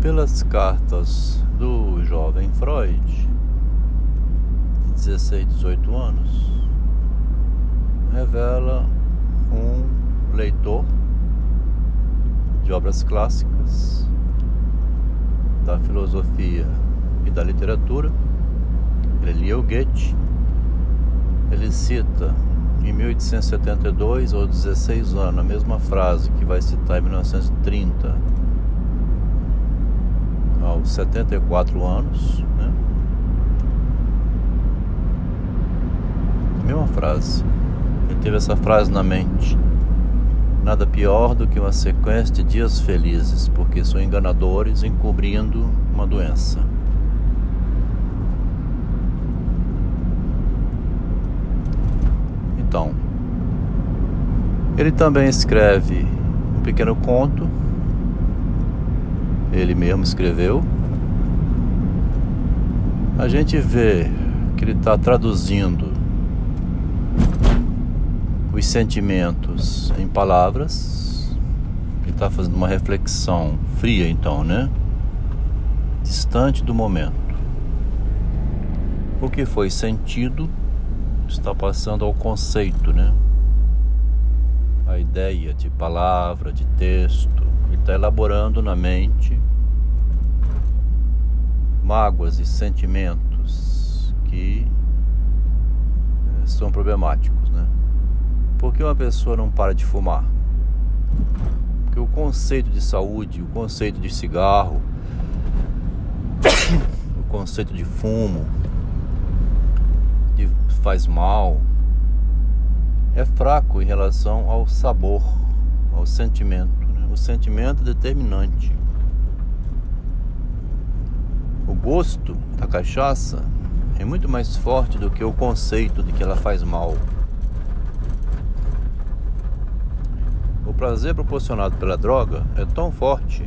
Pelas cartas do jovem Freud, de 16, 18 anos, revela um leitor de obras clássicas da filosofia e da literatura. Ele lia o Goethe. Ele cita em 1872, aos 16 anos, a mesma frase que vai citar em 1930, aos 74 anos, né? A mesma frase. Ele teve essa frase na mente: nada pior do que uma sequência de dias felizes, porque são enganadores encobrindo uma doença. Então, ele também escreve um pequeno conto. Ele mesmo escreveu. A gente vê que ele está traduzindo os sentimentos em palavras. Ele está fazendo uma reflexão fria, então, né? Distante do momento. O que foi sentido está passando ao conceito, né? A ideia de palavra, de texto. Ele está elaborando na mente mágoas e sentimentos que são problemáticos, né? Por que uma pessoa não para de fumar? Porque o conceito de saúde, o conceito de cigarro, o conceito de fumo, que faz mal, é fraco em relação ao sabor, ao sentimento, né? O sentimento determinante. O gosto da cachaça é muito mais forte do que o conceito de que ela faz mal. O prazer proporcionado pela droga é tão forte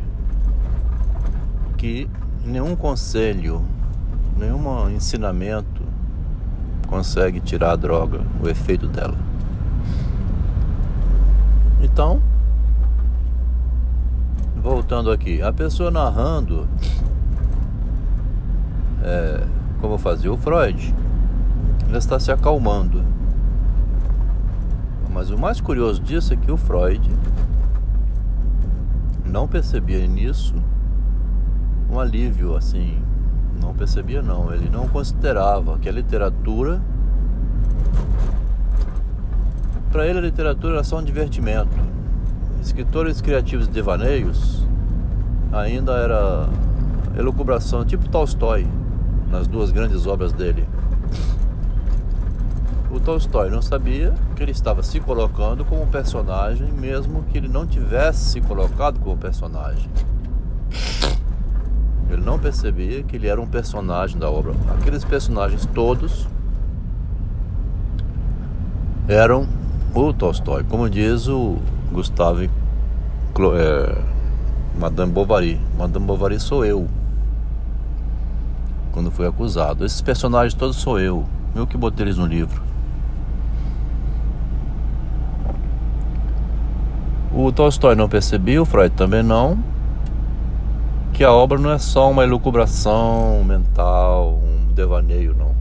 que nenhum conselho, nenhum ensinamento consegue tirar a droga, o efeito dela. Então, voltando aqui, a pessoa narrando como fazia o Freud, ela está se acalmando. Mas o mais curioso disso é que o Freud não percebia nisso um alívio, assim. Não percebia, não. Ele não considerava que a literatura, para ele a literatura era só um divertimento. Escritores criativos de devaneios ainda era elucubração, tipo Tolstói, nas duas grandes obras dele. O Tolstói não sabia que ele estava se colocando como personagem, mesmo que ele não tivesse se colocado como personagem. Ele não percebia que ele era um personagem da obra. Aqueles personagens todos eram o Tolstói, como diz o Gustave Madame Bovary. Madame Bovary sou eu, quando fui acusado. Esses personagens todos sou eu que botei eles no livro. O Tolstói não percebia, o Freud também não, que a obra não é só uma elucubração mental, um devaneio, não.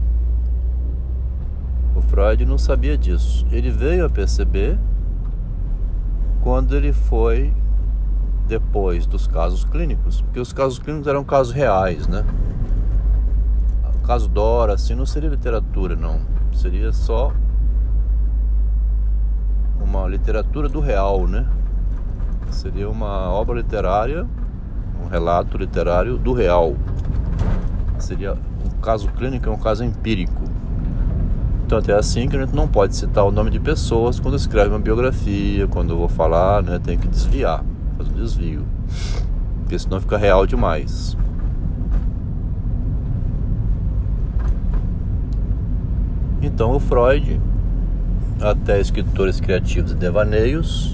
O Freud não sabia disso. Ele veio a perceber quando ele foi depois dos casos clínicos, porque os casos clínicos eram casos reais, né? O caso Dora, assim, não seria literatura, não. Seria só uma literatura do real, né? Seria uma obra literária, um relato literário do real. Seria um caso clínico, é um caso empírico. Então é assim que a gente não pode citar o nome de pessoas quando escreve uma biografia, quando eu vou falar, né? Tem que desviar, fazer um desvio, porque senão fica real demais. Então o Freud, até escritores criativos e devaneios,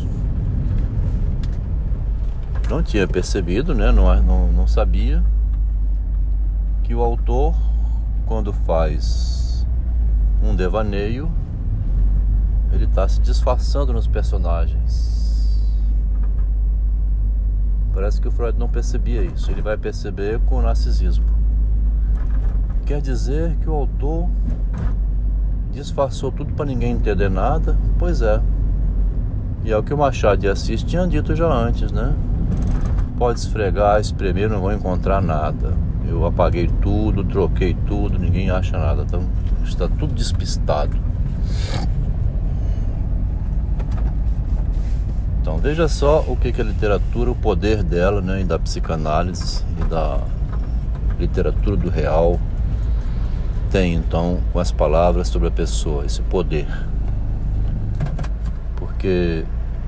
não tinha percebido, né? Não sabia que o autor, quando faz um devaneio, ele está se disfarçando nos personagens Parece que o Freud não percebia isso. Ele vai perceber com o narcisismo. Quer dizer que o autor disfarçou tudo para ninguém entender nada? Pois é. E é o que o Machado de Assis tinha dito já antes, né? Pode esfregar, espremer, não vão encontrar nada. Eu apaguei tudo, troquei tudo, ninguém acha nada. Então, está tudo despistado. Então veja só o que a literatura, o poder dela, né, e da psicanálise e da literatura do real tem então com as palavras sobre a pessoa, esse poder. Porque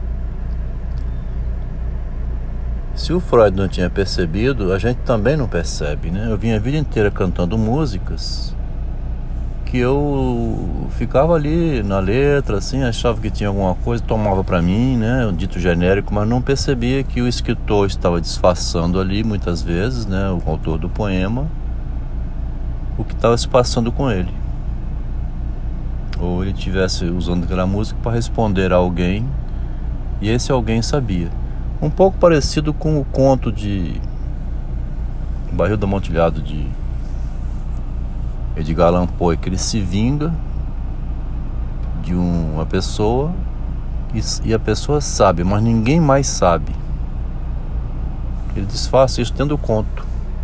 se o Freud não tinha percebido, a gente também não percebe, né? Eu vim a vida inteira cantando músicas que eu ficava ali na letra, assim, achava que tinha alguma coisa, tomava pra mim, né, um dito genérico, mas não percebia que o escritor estava disfarçando ali, muitas vezes, né, o autor do poema, o que estava se passando com ele. Ou ele estivesse usando aquela música para responder a alguém, e esse alguém sabia. Um pouco parecido com o conto de Barril do Amontilhado de Edgar Allan Poe, que ele se vinga de uma pessoa e a pessoa sabe, mas ninguém mais sabe. Ele disfarça isso dentro do conto.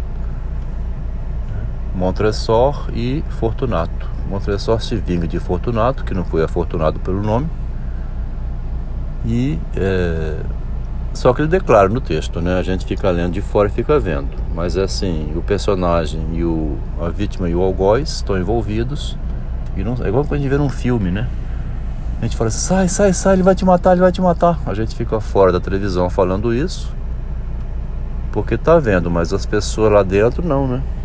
Montresor e Fortunato. Montresor se vinga de Fortunato, que não foi afortunado pelo nome, e só que ele declara no texto, né? A gente fica lendo de fora e fica vendo. Mas é assim, o personagem e a vítima e o algoz estão envolvidos. E não, é igual quando a gente vê num filme, né? A gente fala assim, sai, ele vai te matar, ele vai te matar. A gente fica fora da televisão falando isso, porque tá vendo, mas as pessoas lá dentro não, né?